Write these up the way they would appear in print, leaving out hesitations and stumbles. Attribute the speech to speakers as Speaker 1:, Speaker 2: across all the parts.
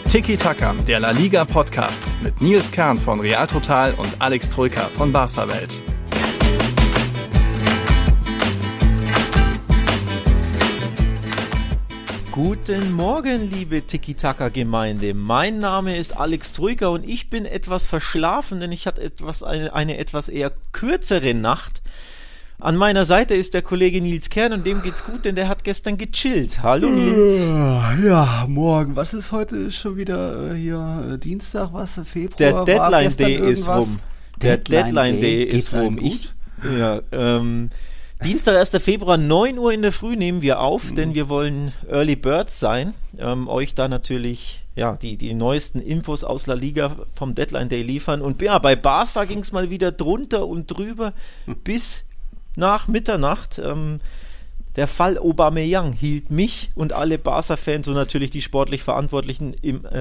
Speaker 1: Tiki Taka, der La Liga Podcast mit Nils Kern von Real Total und Alex Troika von Barca Welt.
Speaker 2: Guten Morgen, liebe Tiki-Taka-Gemeinde. Mein Name ist Alex Troika und ich bin etwas verschlafen, denn ich hatte eine etwas eher kürzere Nacht. An meiner Seite ist der Kollege Nils Kern und dem geht's gut, denn der hat gestern gechillt. Hallo Nils.
Speaker 3: Ja, morgen. Was ist heute? Ist schon wieder hier Dienstag, was? Februar?
Speaker 2: Der Deadline Day ist rum. Der Deadline Day ist rum. Dienstag, 1. Februar, 9 Uhr in der Früh nehmen wir auf, denn wir wollen Early Birds sein. Euch da natürlich die neuesten Infos aus La Liga vom Deadline Day liefern. Und ja, bei Barca ging es mal wieder drunter und drüber bis nach Mitternacht. Der Fall Aubameyang hielt mich und alle Barca-Fans und natürlich die sportlich Verantwortlichen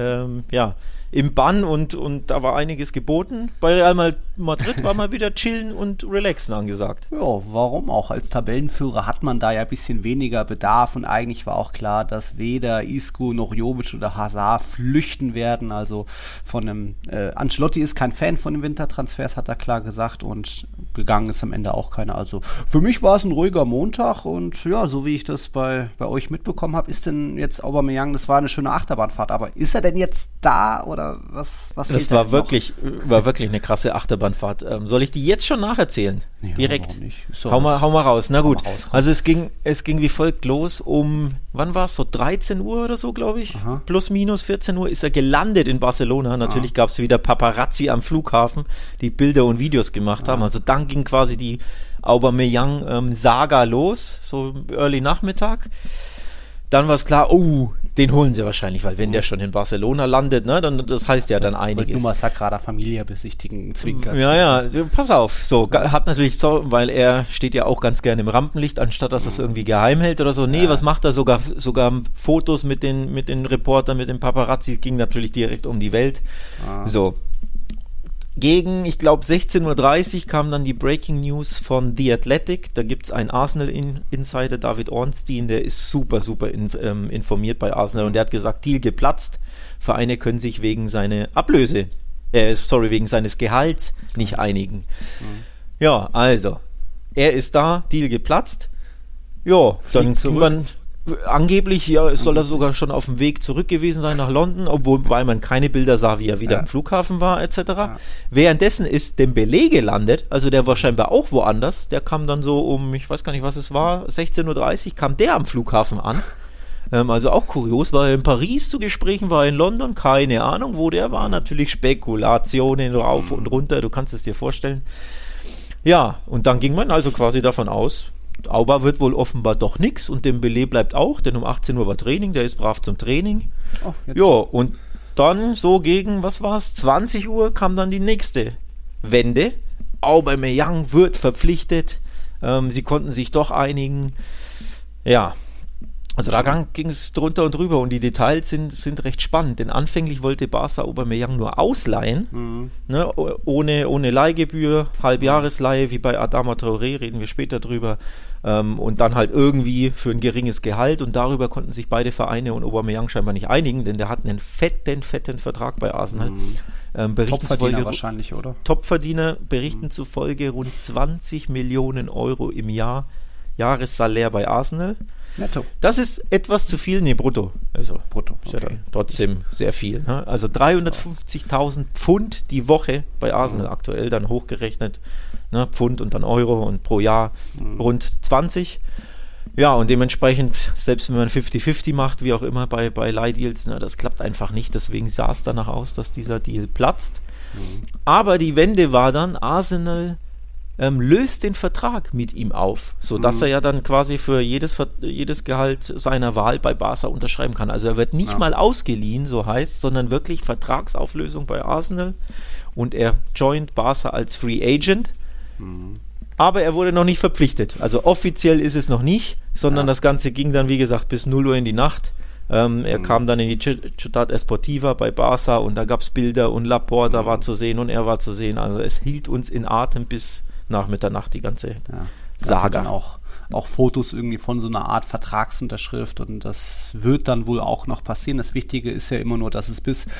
Speaker 2: im Bann und da war einiges geboten. Bei Real Madrid war mal wieder chillen und relaxen angesagt.
Speaker 3: Ja, warum auch? Als Tabellenführer hat man da ja ein bisschen weniger Bedarf und eigentlich war auch klar, dass weder Isco noch Jovic oder Hazard flüchten werden. Also von einem Ancelotti ist kein Fan von den Wintertransfers, hat er klar gesagt, und gegangen ist am Ende auch keiner. Also für mich war es ein ruhiger Montag und ja, so wie ich das bei euch mitbekommen habe, ist denn jetzt Aubameyang, das war eine schöne Achterbahnfahrt, aber ist er denn jetzt da oder was
Speaker 2: das war wirklich eine krasse Achterbahnfahrt. Soll ich die jetzt schon nacherzählen? Nee, direkt. Hau mal raus. Na gut. Also es ging wie folgt los wann war es? So 13 Uhr oder so, glaube ich. Aha. Plus minus 14 Uhr ist er gelandet in Barcelona. Natürlich gab es wieder Paparazzi am Flughafen, die Bilder und Videos gemacht haben. Also dann ging quasi die Aubameyang-Saga los, so early Nachmittag. Dann war es klar, den holen sie wahrscheinlich, weil wenn der schon in Barcelona landet, ne, dann das heißt ja dann einiges.
Speaker 3: Nummer Sagrada Familia besichtigen, Zwinker.
Speaker 2: Ja, pass auf. So, hat natürlich so, weil er steht ja auch ganz gerne im Rampenlicht, anstatt dass er es irgendwie geheim hält oder so. Nee, was macht er? Sogar Fotos mit den Reportern, mit den Paparazzi, ging natürlich direkt um die Welt. So. Gegen, ich glaube, 16.30 Uhr kam dann die Breaking News von The Athletic. Da gibt es einen Arsenal-Insider, David Ornstein, der ist super informiert bei Arsenal und der hat gesagt, Deal geplatzt. Vereine können sich wegen seiner wegen seines Gehalts nicht einigen. Ja, also, er ist da, Deal geplatzt. Ja, dann ging man angeblich, soll er sogar schon auf dem Weg zurück gewesen sein nach London, wobei man keine Bilder sah, wie er wieder am Flughafen war, etc. Ja. Währenddessen ist Dembélé gelandet, also der war scheinbar auch woanders, der kam dann so ich weiß gar nicht, was es war, 16.30 Uhr kam der am Flughafen an. Also auch kurios, war er in Paris zu Gesprächen, war er in London, keine Ahnung, wo der war, natürlich Spekulationen rauf und runter, du kannst es dir vorstellen. Ja, und dann ging man also quasi davon aus, Auba wird wohl offenbar doch nichts und Dembélé bleibt auch, denn um 18 Uhr war Training, der ist brav zum Training. Ja, und dann so gegen, 20 Uhr kam dann die nächste Wende. Aubameyang wird verpflichtet, sie konnten sich doch einigen. Ja, also da ging es drunter und drüber und die Details sind recht spannend, denn anfänglich wollte Barca Aubameyang nur ausleihen, ne, ohne Leihgebühr, Halbjahresleihe wie bei Adama Traoré, reden wir später drüber, und dann halt irgendwie für ein geringes Gehalt und darüber konnten sich beide Vereine und Aubameyang scheinbar nicht einigen, denn der hat einen fetten Vertrag bei Arsenal.
Speaker 3: Topverdiener wahrscheinlich, oder?
Speaker 2: Topverdiener, Berichten zufolge rund 20 Millionen Euro im Jahr, Jahressalär bei Arsenal. Netto. Das ist etwas zu viel, brutto. Also brutto, ist ja dann trotzdem sehr viel. Ne? Also 350.000 Pfund die Woche bei Arsenal aktuell, dann hochgerechnet, ne? Pfund und dann Euro und pro Jahr rund 20. Ja, und dementsprechend, selbst wenn man 50-50 macht, wie auch immer bei Leihdeals, ne, das klappt einfach nicht. Deswegen sah es danach aus, dass dieser Deal platzt. Aber die Wende war dann, Arsenal löst den Vertrag mit ihm auf, sodass er ja dann quasi für jedes Gehalt seiner Wahl bei Barca unterschreiben kann. Also er wird nicht mal ausgeliehen, so heißt, sondern wirklich Vertragsauflösung bei Arsenal und er joint Barca als Free Agent. Aber er wurde noch nicht verpflichtet. Also offiziell ist es noch nicht, sondern das Ganze ging dann, wie gesagt, bis 0 Uhr in die Nacht. Er kam dann in die Ciutat Esportiva bei Barca und da gab es Bilder und Laporta war zu sehen und er war zu sehen. Also es hielt uns in Atem bis nach Mitternacht die ganze Saga.
Speaker 3: Dann auch auch Fotos irgendwie von so einer Art Vertragsunterschrift und das wird dann wohl auch noch passieren. Das Wichtige ist ja immer nur, dass es bis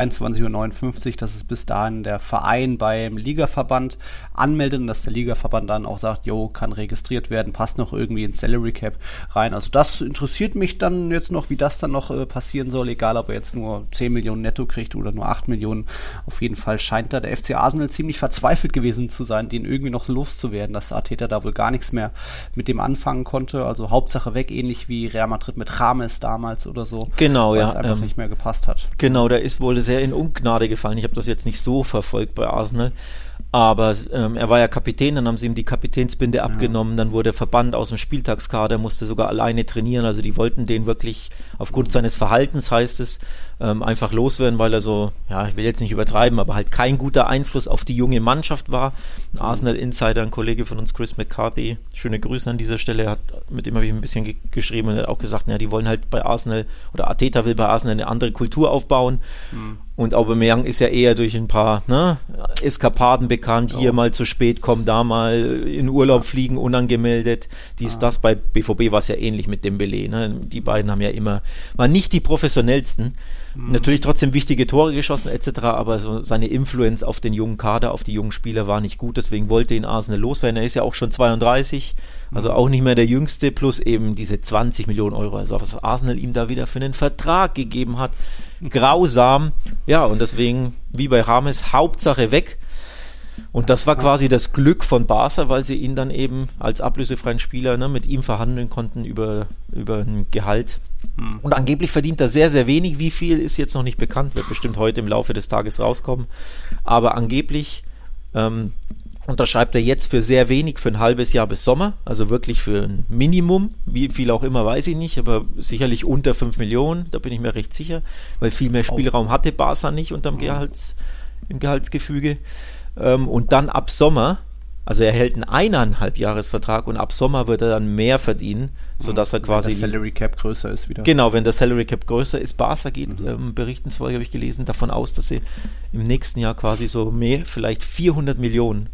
Speaker 3: 23:59 Uhr, dass es bis dahin der Verein beim Ligaverband anmeldet und dass der Ligaverband dann auch sagt, jo, kann registriert werden, passt noch irgendwie ins Salary Cap rein. Also das interessiert mich dann jetzt noch, wie das dann noch passieren soll, egal ob er jetzt nur 10 Millionen netto kriegt oder nur 8 Millionen. Auf jeden Fall scheint da der FC Arsenal ziemlich verzweifelt gewesen zu sein, den irgendwie noch loszuwerden, dass Arteta da wohl gar nichts mehr mit dem anfangen konnte. Also Hauptsache weg, ähnlich wie Real Madrid mit James damals oder so.
Speaker 2: Genau,
Speaker 3: weil es einfach nicht mehr gepasst hat.
Speaker 2: Genau, der ist wohl sehr in Ungnade gefallen. Ich habe das jetzt nicht so verfolgt bei Arsenal. Aber er war ja Kapitän, dann haben sie ihm die Kapitänsbinde abgenommen, dann wurde er verbannt aus dem Spieltagskader, musste sogar alleine trainieren, also die wollten den wirklich aufgrund seines Verhaltens, heißt es, einfach loswerden, weil er so, ja, ich will jetzt nicht übertreiben, aber halt kein guter Einfluss auf die junge Mannschaft war. Ein Arsenal-Insider, ein Kollege von uns, Chris McCarthy, schöne Grüße an dieser Stelle, mit dem habe ich ein bisschen geschrieben und er hat auch gesagt, ja, die wollen halt bei Arsenal, oder Arteta will bei Arsenal eine andere Kultur aufbauen. Und Aubameyang ist ja eher durch ein paar Eskapaden bekannt, hier mal zu spät kommen, da mal in Urlaub fliegen, unangemeldet, das. Bei BVB war es ja ähnlich mit Dembélé, ne? Die beiden waren nicht die professionellsten, natürlich trotzdem wichtige Tore geschossen etc., aber so seine Influence auf den jungen Kader, auf die jungen Spieler war nicht gut, deswegen wollte ihn Arsenal loswerden. Er ist ja auch schon 32, also auch nicht mehr der Jüngste, plus eben diese 20 Millionen Euro, also was Arsenal ihm da wieder für einen Vertrag gegeben hat, grausam, ja, und deswegen, wie bei James, Hauptsache weg. Und das war quasi das Glück von Barca, weil sie ihn dann eben als ablösefreien Spieler mit ihm verhandeln konnten über ein Gehalt. Und angeblich verdient er sehr, sehr wenig. Wie viel ist jetzt noch nicht bekannt, wird bestimmt heute im Laufe des Tages rauskommen. Aber angeblich unterschreibt er jetzt für sehr wenig, für ein halbes Jahr bis Sommer, also wirklich für ein Minimum, wie viel auch immer, weiß ich nicht, aber sicherlich unter 5 Millionen, da bin ich mir recht sicher, weil viel mehr Spielraum hatte Barca nicht im Gehaltsgefüge. Und dann ab Sommer, also er hält einen 1,5 Jahresvertrag und ab Sommer wird er dann mehr verdienen, sodass er quasi...
Speaker 3: Wenn der Salary Cap größer ist wieder.
Speaker 2: Genau, wenn der Salary Cap größer ist. Barca geht, berichtensfolge habe ich gelesen, davon aus, dass sie im nächsten Jahr quasi so mehr, vielleicht 400 Millionen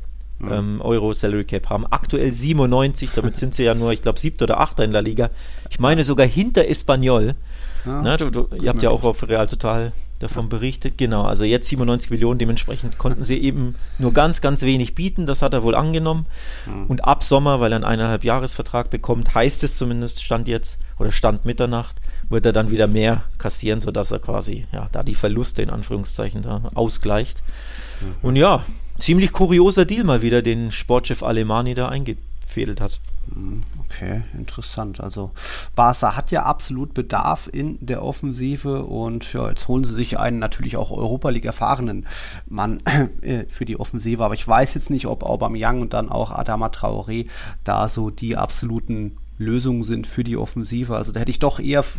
Speaker 2: Euro Salary Cap haben. Aktuell 97, damit sind sie ja nur, ich glaube, 7. oder 8. in der Liga. Ich meine sogar hinter Espanyol. Ja, ihr habt ja auch auf Real Total davon berichtet. Genau, also jetzt 97 Millionen, dementsprechend konnten sie eben nur ganz, ganz wenig bieten. Das hat er wohl angenommen. Und ab Sommer, weil er einen 1,5 Jahresvertrag bekommt, heißt es zumindest, Stand Mitternacht, wird er dann wieder mehr kassieren, sodass er quasi, da die Verluste in Anführungszeichen da ausgleicht. Und ja, ziemlich kurioser Deal mal wieder, den Sportchef Alemani da eingefädelt hat.
Speaker 3: Okay, interessant. Also Barca hat ja absolut Bedarf in der Offensive und jetzt holen sie sich einen natürlich auch Europa League erfahrenen Mann für die Offensive, aber ich weiß jetzt nicht, ob Aubameyang und dann auch Adama Traoré da so die absoluten Lösungen sind für die Offensive. Also da hätte ich doch eher,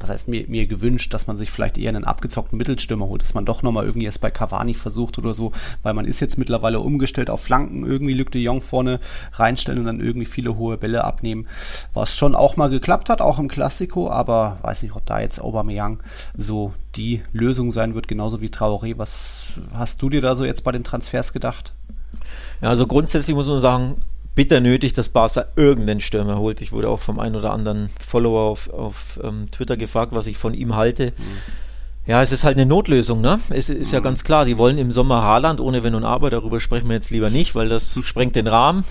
Speaker 3: mir gewünscht, dass man sich vielleicht eher einen abgezockten Mittelstürmer holt, dass man doch nochmal irgendwie erst bei Cavani versucht oder so, weil man ist jetzt mittlerweile umgestellt auf Flanken, irgendwie Luc de Jong vorne reinstellen und dann irgendwie viele hohe Bälle abnehmen, was schon auch mal geklappt hat, auch im Klassiko, aber weiß nicht, ob da jetzt Aubameyang so die Lösung sein wird, genauso wie Traoré. Was hast du dir da so jetzt bei den Transfers gedacht?
Speaker 2: Ja, also grundsätzlich muss man sagen, bitter nötig, dass Barca irgendeinen Stürmer holt. Ich wurde auch vom einen oder anderen Follower auf Twitter gefragt, was ich von ihm halte. Ja, es ist halt eine Notlösung, ne? Es ist ja ganz klar, die wollen im Sommer Haaland ohne Wenn und Aber, darüber sprechen wir jetzt lieber nicht, weil das sprengt den Rahmen.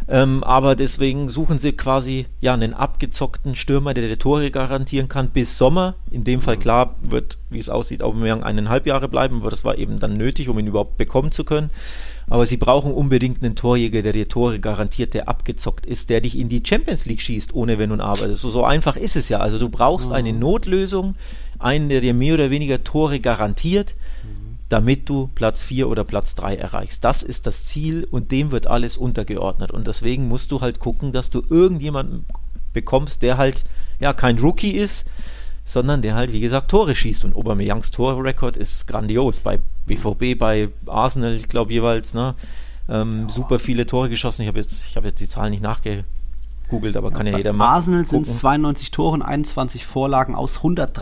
Speaker 2: Aber deswegen suchen sie quasi einen abgezockten Stürmer, der die Tore garantieren kann bis Sommer. In dem Fall klar wird, wie es aussieht, Aubameyang 1,5 Jahre bleiben, aber das war eben dann nötig, um ihn überhaupt bekommen zu können. Aber sie brauchen unbedingt einen Torjäger, der dir Tore garantiert, der abgezockt ist, der dich in die Champions League schießt, ohne Wenn und Aber. So einfach ist es ja. Also du brauchst eine Notlösung, einen, der dir mehr oder weniger Tore garantiert, damit du Platz 4 oder Platz 3 erreichst. Das ist das Ziel und dem wird alles untergeordnet. Und deswegen musst du halt gucken, dass du irgendjemanden bekommst, der halt kein Rookie ist, sondern der halt, wie gesagt, Tore schießt. Und Aubameyangs Torrekord ist grandios. Bei BVB, bei Arsenal, ich glaube jeweils, super viele Tore geschossen. Ich habe jetzt die Zahlen nicht nachgeguckt, gegoogelt, aber kann ja jeder
Speaker 3: mal Arsenal sind
Speaker 2: 92
Speaker 3: Tore und 21 Vorlagen aus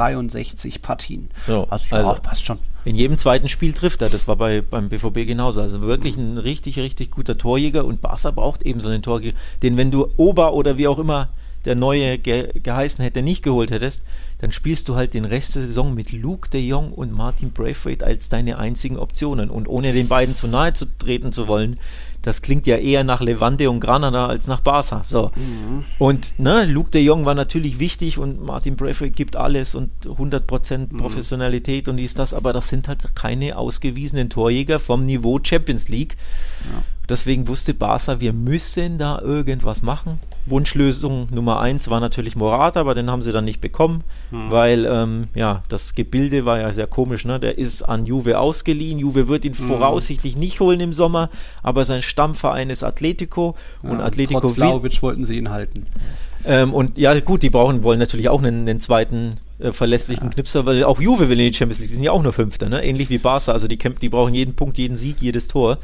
Speaker 3: 163 Partien.
Speaker 2: So, also passt schon. In jedem zweiten Spiel trifft er, das war beim BVB genauso. Also wirklich ein richtig, richtig guter Torjäger und Barca braucht eben so einen Torjäger, den wenn du Ober oder wie auch immer der neue geheißen hätte, nicht geholt hättest, dann spielst du halt den Rest der Saison mit Luke de Jong und Martin Braithwaite als deine einzigen Optionen. Und ohne den beiden zu nahe zu treten zu wollen, das klingt ja eher nach Levante und Granada als nach Barca. So. Und Luke de Jong war natürlich wichtig und Martin Braithwaite gibt alles und 100% Professionalität und dies, das, aber das sind halt keine ausgewiesenen Torjäger vom Niveau Champions League. Ja. Deswegen wusste Barca, wir müssen da irgendwas machen. Wunschlösung Nummer 1 war natürlich Morata, aber den haben sie dann nicht bekommen, weil das Gebilde war ja sehr komisch. Ne? Der ist an Juve ausgeliehen. Juve wird ihn voraussichtlich nicht holen im Sommer, aber sein Stammverein ist Atletico. Und Atletico
Speaker 3: trotz Vlahovic wollten sie ihn halten.
Speaker 2: Und ja gut, die wollen natürlich auch einen zweiten verlässlichen Knipser, weil auch Juve will in die Champions League, die sind ja auch nur Fünfter, ne? Ähnlich wie Barca, also die brauchen jeden Punkt, jeden Sieg, jedes Tor.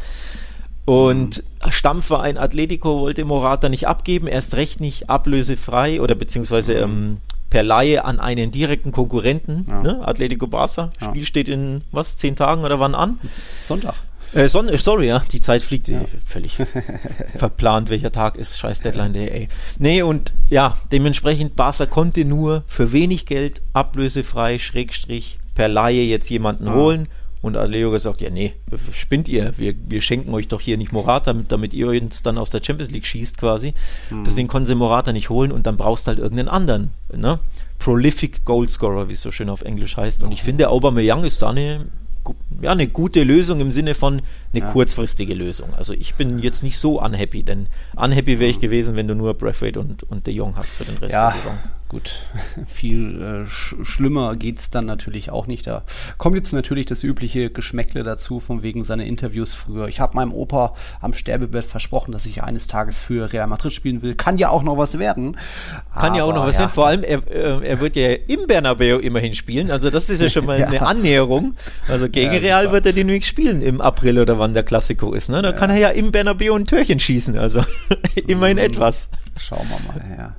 Speaker 2: Und Stammverein Atletico wollte Morata nicht abgeben, erst recht nicht ablösefrei oder beziehungsweise per Leihe an einen direkten Konkurrenten, ne? Atletico Barca. Spiel steht in 10 Tagen oder wann an?
Speaker 3: Sonntag.
Speaker 2: Sorry, die Zeit fliegt völlig verplant, welcher Tag ist, scheiß Deadline Day, ey. Nee, und dementsprechend Barca konnte nur für wenig Geld ablösefrei, / per Leihe jetzt jemanden holen. Und Atletico gesagt, ja nee, spinnt ihr, wir schenken euch doch hier nicht Morata, damit ihr uns dann aus der Champions League schießt quasi. Deswegen konnten sie Morata nicht holen und dann brauchst du halt irgendeinen anderen, ne? Prolific Goalscorer, wie es so schön auf Englisch heißt. Und ich finde, Aubameyang ist da eine gute Lösung im Sinne von eine kurzfristige Lösung. Also ich bin jetzt nicht so unhappy, denn unhappy wäre ich gewesen, wenn du nur Braithwaite und de Jong hast für den Rest der Saison.
Speaker 3: Gut, viel schlimmer geht es dann natürlich auch nicht. Da kommt jetzt natürlich das übliche Geschmäckle dazu, von wegen seiner Interviews früher. Ich habe meinem Opa am Sterbebett versprochen, dass ich eines Tages für Real Madrid spielen will. Kann ja auch noch was werden.
Speaker 2: Kann ja auch noch was werden. Vor allem, er wird ja im Bernabeu immerhin spielen. Also das ist ja schon mal eine Annäherung. Also gegen Real wird er den nicht spielen im April oder wann der Klassiko ist. Ne? Da kann er ja im Bernabeu ein Türchen schießen. Also immerhin etwas.
Speaker 3: Schauen wir mal, ja.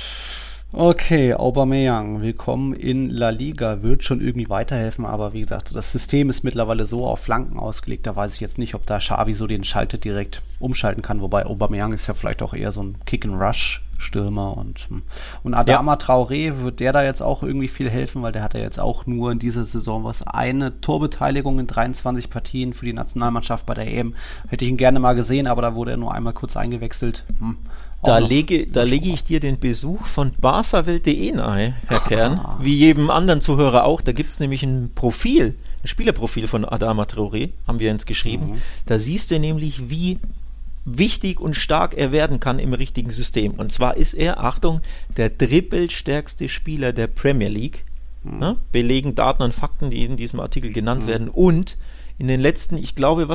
Speaker 3: Okay, Aubameyang, willkommen in La Liga, wird schon irgendwie weiterhelfen, aber wie gesagt, das System ist mittlerweile so auf Flanken ausgelegt, da weiß ich jetzt nicht, ob da Xavi so den Schalter direkt umschalten kann, wobei Aubameyang ist ja vielleicht auch eher so ein Kick-and-Rush-Stürmer und Adama Traoré, wird der da jetzt auch irgendwie viel helfen, weil der hat ja jetzt auch nur in dieser Saison eine Torbeteiligung in 23 Partien für die Nationalmannschaft bei der EM, hätte ich ihn gerne mal gesehen, aber da wurde er nur einmal kurz eingewechselt.
Speaker 2: Da lege ich dir den Besuch von barcawelt.de nahe, Herr Kern, wie jedem anderen Zuhörer auch. Da gibt es nämlich ein Spielerprofil von Adama Traoré, haben wir uns geschrieben. Da siehst du nämlich, wie wichtig und stark er werden kann im richtigen System. Und zwar ist er, Achtung, der dribbelstärkste Spieler der Premier League. Belegen Daten und Fakten, die in diesem Artikel genannt werden. Und in den letzten, ich glaube,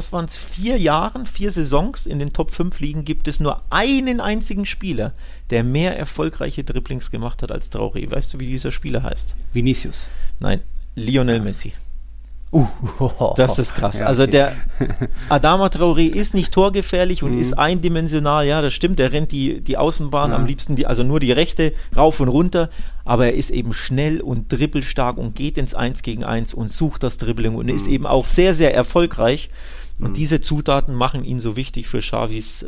Speaker 2: 4 Saisons in den Top 5 Ligen gibt es nur einen einzigen Spieler, der mehr erfolgreiche Dribblings gemacht hat als Traoré. Weißt du, wie dieser Spieler heißt?
Speaker 3: Vinicius.
Speaker 2: Nein, Lionel Messi. Das ist krass. Ja, okay. Also der Adama Traoré ist nicht torgefährlich und ist eindimensional, ja, das stimmt, der rennt die Außenbahn am liebsten, also nur die rechte rauf und runter, aber er ist eben schnell und dribbelstark und geht ins 1 gegen 1 und sucht das Dribbling und ist eben auch sehr, sehr erfolgreich und diese Zutaten machen ihn so wichtig für Xavis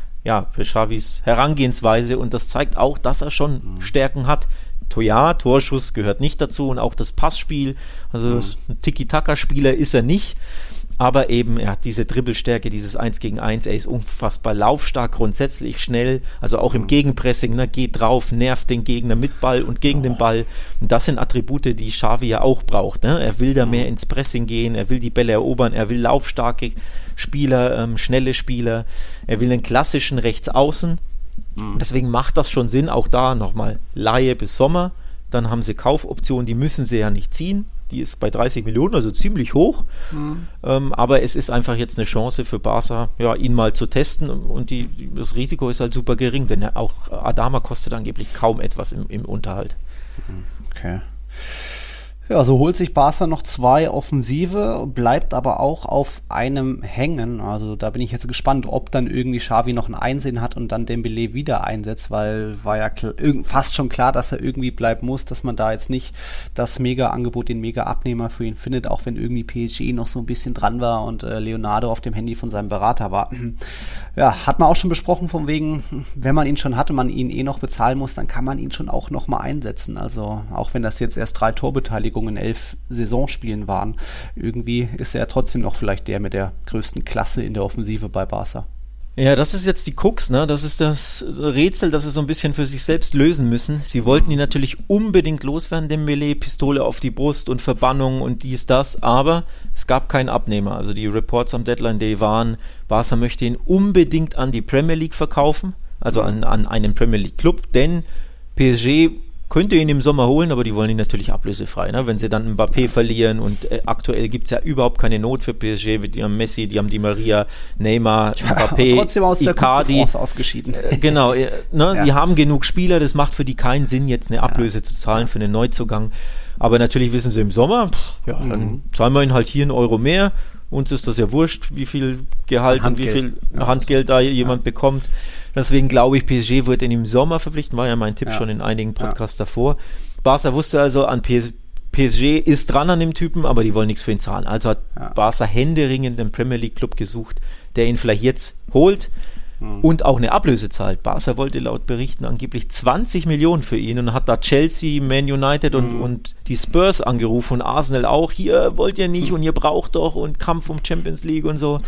Speaker 2: Herangehensweise und das zeigt auch, dass er schon Stärken hat. Torschuss gehört nicht dazu und auch das Passspiel, also ein Tiki-Taka-Spieler ist er nicht, aber eben er hat diese Dribbelstärke, dieses 1 gegen 1, er ist unfassbar laufstark, grundsätzlich schnell, also auch im Gegenpressing, ne, geht drauf, nervt den Gegner mit Ball und gegen den Ball und das sind Attribute, die Xavi ja auch braucht, ne? Er will da mehr ins Pressing gehen, er will die Bälle erobern, er will laufstarke Spieler, schnelle Spieler, er will einen klassischen Rechtsaußen. Deswegen macht das schon Sinn, auch da nochmal Leihe bis Sommer, dann haben sie Kaufoptionen, die müssen sie ja nicht ziehen, die ist bei 30 Millionen, also ziemlich hoch, aber es ist einfach jetzt eine Chance für Barca, ihn mal zu testen und das Risiko ist halt super gering, denn auch Adama kostet angeblich kaum etwas im Unterhalt.
Speaker 3: Okay. Ja, so holt sich Barca noch 2 Offensive, bleibt aber auch auf einem hängen. Also da bin ich jetzt gespannt, ob dann irgendwie Xavi noch ein Einsehen hat und dann Dembélé wieder einsetzt, weil war ja fast schon klar, dass er irgendwie bleiben muss, dass man da jetzt nicht das Mega-Angebot, den Mega-Abnehmer für ihn findet, auch wenn irgendwie PSG noch so ein bisschen dran war und Leonardo auf dem Handy von seinem Berater war. Ja, hat man auch schon besprochen, von wegen, wenn man ihn schon hat und man ihn noch bezahlen muss, dann kann man ihn schon auch noch mal einsetzen. Also auch wenn das jetzt erst 3 Torbeteiligungen in 11 Saisonspielen waren. Irgendwie ist er trotzdem noch vielleicht der mit der größten Klasse in der Offensive bei Barca.
Speaker 2: Ja, das ist jetzt die Krux, ne? Das ist das Rätsel, das sie so ein bisschen für sich selbst lösen müssen. Sie wollten ihn natürlich unbedingt loswerden, Dembélé, Pistole auf die Brust und Verbannung und dies, das, aber es gab keinen Abnehmer. Also die Reports am Deadline Day waren, Barca möchte ihn unbedingt an die Premier League verkaufen, also an einen Premier League Club, denn PSG könnte ihn im Sommer holen, aber die wollen ihn natürlich ablösefrei, ne? Wenn sie dann Mbappé verlieren und aktuell gibt es ja überhaupt keine Not für PSG, die haben Messi, die haben Di Maria, Neymar, Mbappé,
Speaker 3: trotzdem aus der
Speaker 2: Icardi,
Speaker 3: ausgeschieden.
Speaker 2: Genau, die haben genug Spieler, das macht für die keinen Sinn, jetzt eine Ablöse zu zahlen für einen Neuzugang, aber natürlich wissen sie im Sommer, dann zahlen wir ihn halt hier 1 Euro mehr, uns ist das ja wurscht, wie viel Gehalt und wie viel Handgeld da jemand bekommt. Deswegen glaube ich, PSG wird ihn im Sommer verpflichten, war ja mein Tipp schon in einigen Podcasts davor. Barca wusste also, an PSG ist dran an dem Typen, aber die wollen nichts für ihn zahlen. Also hat Barca händeringend einen Premier League Club gesucht, der ihn vielleicht jetzt holt und auch eine Ablöse zahlt. Barca wollte laut Berichten angeblich 20 Millionen für ihn und hat da Chelsea, Man United und die Spurs angerufen und Arsenal auch. Hier wollt ihr nicht und ihr braucht doch und Kampf um Champions League und so.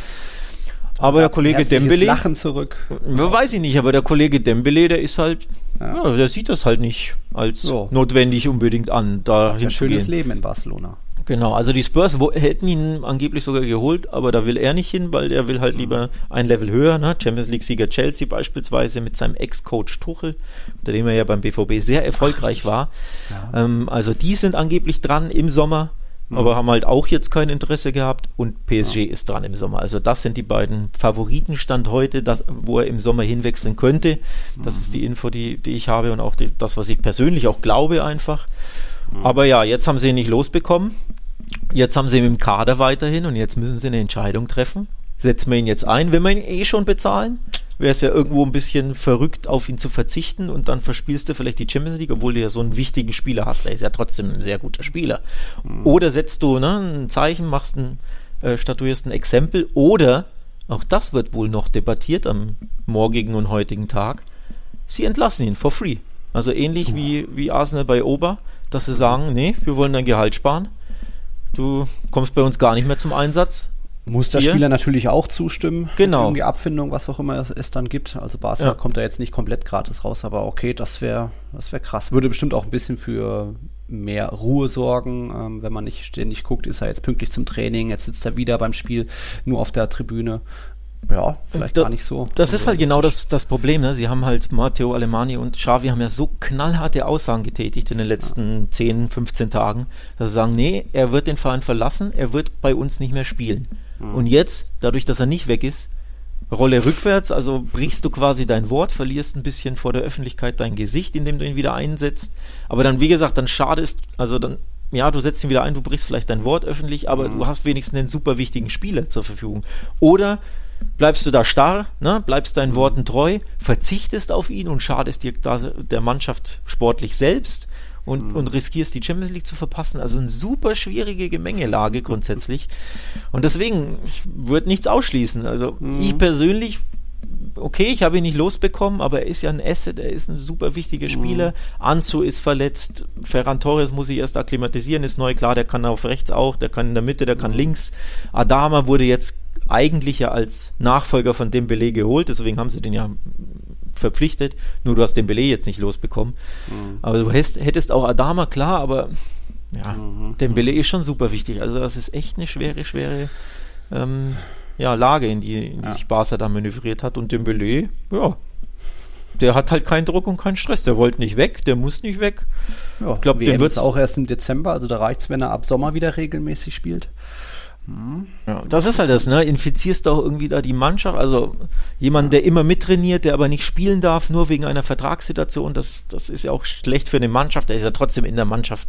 Speaker 2: Aber der Kollege Dembélé,
Speaker 3: Lachen zurück.
Speaker 2: Weiß ich nicht, aber der Kollege Dembélé, der ist halt, der sieht das halt nicht als notwendig unbedingt an, da hinzugehen.
Speaker 3: Ein schönes Leben in Barcelona.
Speaker 2: Genau, also die Spurs hätten ihn angeblich sogar geholt, aber da will er nicht hin, weil er will halt lieber ein Level höher, ne? Champions League-Sieger Chelsea beispielsweise mit seinem Ex-Coach Tuchel, unter dem er ja beim BVB sehr erfolgreich war. Ja. Also die sind angeblich dran im Sommer, aber haben halt auch jetzt kein Interesse gehabt und PSG ist dran im Sommer. Also das sind die beiden Favoritenstand heute, wo er im Sommer hinwechseln könnte. Das ist die Info, die ich habe und auch das, was ich persönlich auch glaube einfach. Aber ja, jetzt haben sie ihn nicht losbekommen. Jetzt haben sie ihn im Kader weiterhin und jetzt müssen sie eine Entscheidung treffen. Setzen wir ihn jetzt ein, wenn wir ihn schon bezahlen? Wäre es ja irgendwo ein bisschen verrückt, auf ihn zu verzichten und dann verspielst du vielleicht die Champions League, obwohl du ja so einen wichtigen Spieler hast. Er ist ja trotzdem ein sehr guter Spieler. Oder setzt du ein Zeichen, statuierst ein Exempel oder, auch das wird wohl noch debattiert am morgigen und heutigen Tag, sie entlassen ihn for free. Also ähnlich wie Arsenal bei Ober, dass sie sagen, nee, wir wollen dein Gehalt sparen. Du kommst bei uns gar nicht mehr zum Einsatz.
Speaker 3: Muss der Spieler natürlich auch zustimmen.
Speaker 2: Genau.
Speaker 3: Irgendwie Abfindung, was auch immer es dann gibt. Also Barca kommt da jetzt nicht komplett gratis raus, aber okay, das wäre krass. Würde bestimmt auch ein bisschen für mehr Ruhe sorgen. Wenn man nicht ständig guckt, ist er jetzt pünktlich zum Training, jetzt sitzt er wieder beim Spiel nur auf der Tribüne. Ja, vielleicht gar nicht so.
Speaker 2: Das ist halt genau das Problem. Ne? Sie haben halt Matteo Alemany und Xavi haben ja so knallharte Aussagen getätigt in den letzten 10, 15 Tagen, dass sie sagen, nee, er wird den Verein verlassen, er wird bei uns nicht mehr spielen. Und jetzt, dadurch, dass er nicht weg ist, Rolle rückwärts, also brichst du quasi dein Wort, verlierst ein bisschen vor der Öffentlichkeit dein Gesicht, indem du ihn wieder einsetzt. Aber dann, wie gesagt, dann schadest, also dann, ja, du setzt ihn wieder ein, du brichst vielleicht dein Wort öffentlich, aber du hast wenigstens einen super wichtigen Spieler zur Verfügung. Oder bleibst du da starr, ne? Bleibst deinen Worten treu, verzichtest auf ihn und schadest dir der Mannschaft sportlich selbst und riskierst die Champions League zu verpassen. Also eine super schwierige Gemengelage grundsätzlich. Und deswegen, ich würde nichts ausschließen. Also ich persönlich, okay, ich habe ihn nicht losbekommen, aber er ist ja ein Asset, er ist ein super wichtiger Spieler. Ansu ist verletzt, Ferran Torres muss sich erst akklimatisieren, ist neu, klar, der kann auf rechts auch, der kann in der Mitte, der kann links. Adama wurde jetzt eigentlich ja als Nachfolger von Dembélé geholt, deswegen haben sie den ja verpflichtet, nur du hast Dembélé jetzt nicht losbekommen. Aber du hättest auch Adama, klar, aber ja, Dembélé ist schon super wichtig, also das ist echt eine schwere Lage, in die sich Barca da manövriert hat und Dembélé, ja, der hat halt keinen Druck und keinen Stress, der wollte nicht weg, der muss nicht weg.
Speaker 3: Ja, ich glaube, den wird es auch erst im Dezember, also da reicht es, wenn er ab Sommer wieder regelmäßig spielt.
Speaker 2: Ja, das ist halt das, ne? Infizierst du auch irgendwie da die Mannschaft, also jemand, der immer mittrainiert, der aber nicht spielen darf, nur wegen einer Vertragssituation, das ist ja auch schlecht für eine Mannschaft, der ist ja trotzdem in der Mannschaft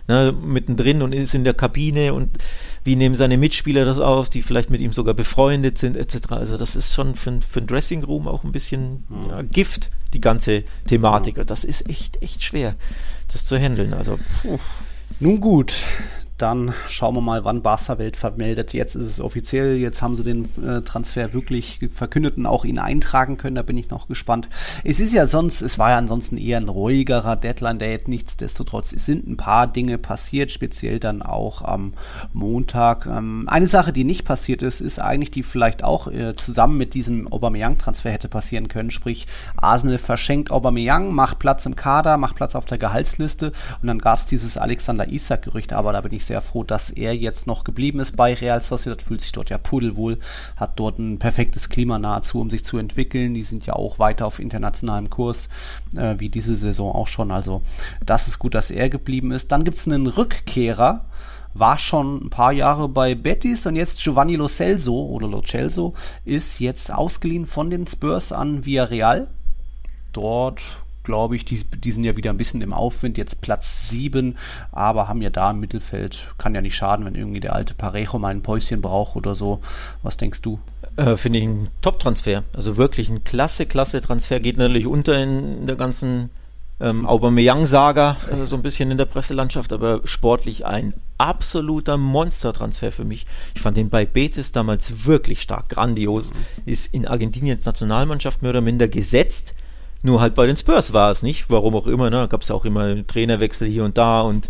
Speaker 2: mittendrin und ist in der Kabine und wie nehmen seine Mitspieler das auf, die vielleicht mit ihm sogar befreundet sind, etc. Also das ist schon für ein Dressing Room auch ein bisschen Gift, die ganze Thematik. Und das ist echt schwer, das zu handeln. Also,
Speaker 3: Nun gut, dann schauen wir mal, wann Barca Welt vermeldet. Jetzt ist es offiziell, jetzt haben sie den Transfer wirklich verkündet und auch ihn eintragen können, da bin ich noch gespannt. Es war ja ansonsten eher ein ruhigerer Deadline-Day, nichtsdestotrotz, es sind ein paar Dinge passiert, speziell dann auch am Montag. Eine Sache, die nicht passiert ist eigentlich, die vielleicht auch zusammen mit diesem Aubameyang-Transfer hätte passieren können, sprich Arsenal verschenkt Aubameyang, macht Platz im Kader, macht Platz auf der Gehaltsliste und dann gab es dieses Alexander Isak-Gerücht, aber da bin ich sehr froh, dass er jetzt noch geblieben ist bei Real Sociedad, fühlt sich dort ja pudelwohl, hat dort ein perfektes Klima nahezu, um sich zu entwickeln. Die sind ja auch weiter auf internationalem Kurs, wie diese Saison auch schon. Also das ist gut, dass er geblieben ist. Dann gibt es einen Rückkehrer, war schon ein paar Jahre bei Betis und jetzt Giovanni Lo Celso ist jetzt ausgeliehen von den Spurs an Villarreal. Dort glaube ich, die sind ja wieder ein bisschen im Aufwind, jetzt Platz 7, aber haben ja da im Mittelfeld, kann ja nicht schaden, wenn irgendwie der alte Parejo mal ein Päuschen braucht oder so. Was denkst du?
Speaker 2: Finde ich ein Top-Transfer, also wirklich ein klasse Transfer, geht natürlich unter in der ganzen Aubameyang-Saga, so ein bisschen in der Presselandschaft, aber sportlich ein absoluter Monster-Transfer für mich. Ich fand den bei Betis damals wirklich stark, grandios, ist in Argentiniens Nationalmannschaft mehr oder minder gesetzt. Nur halt bei den Spurs war es nicht, warum auch immer, ne? Gab es ja auch immer Trainerwechsel hier und da und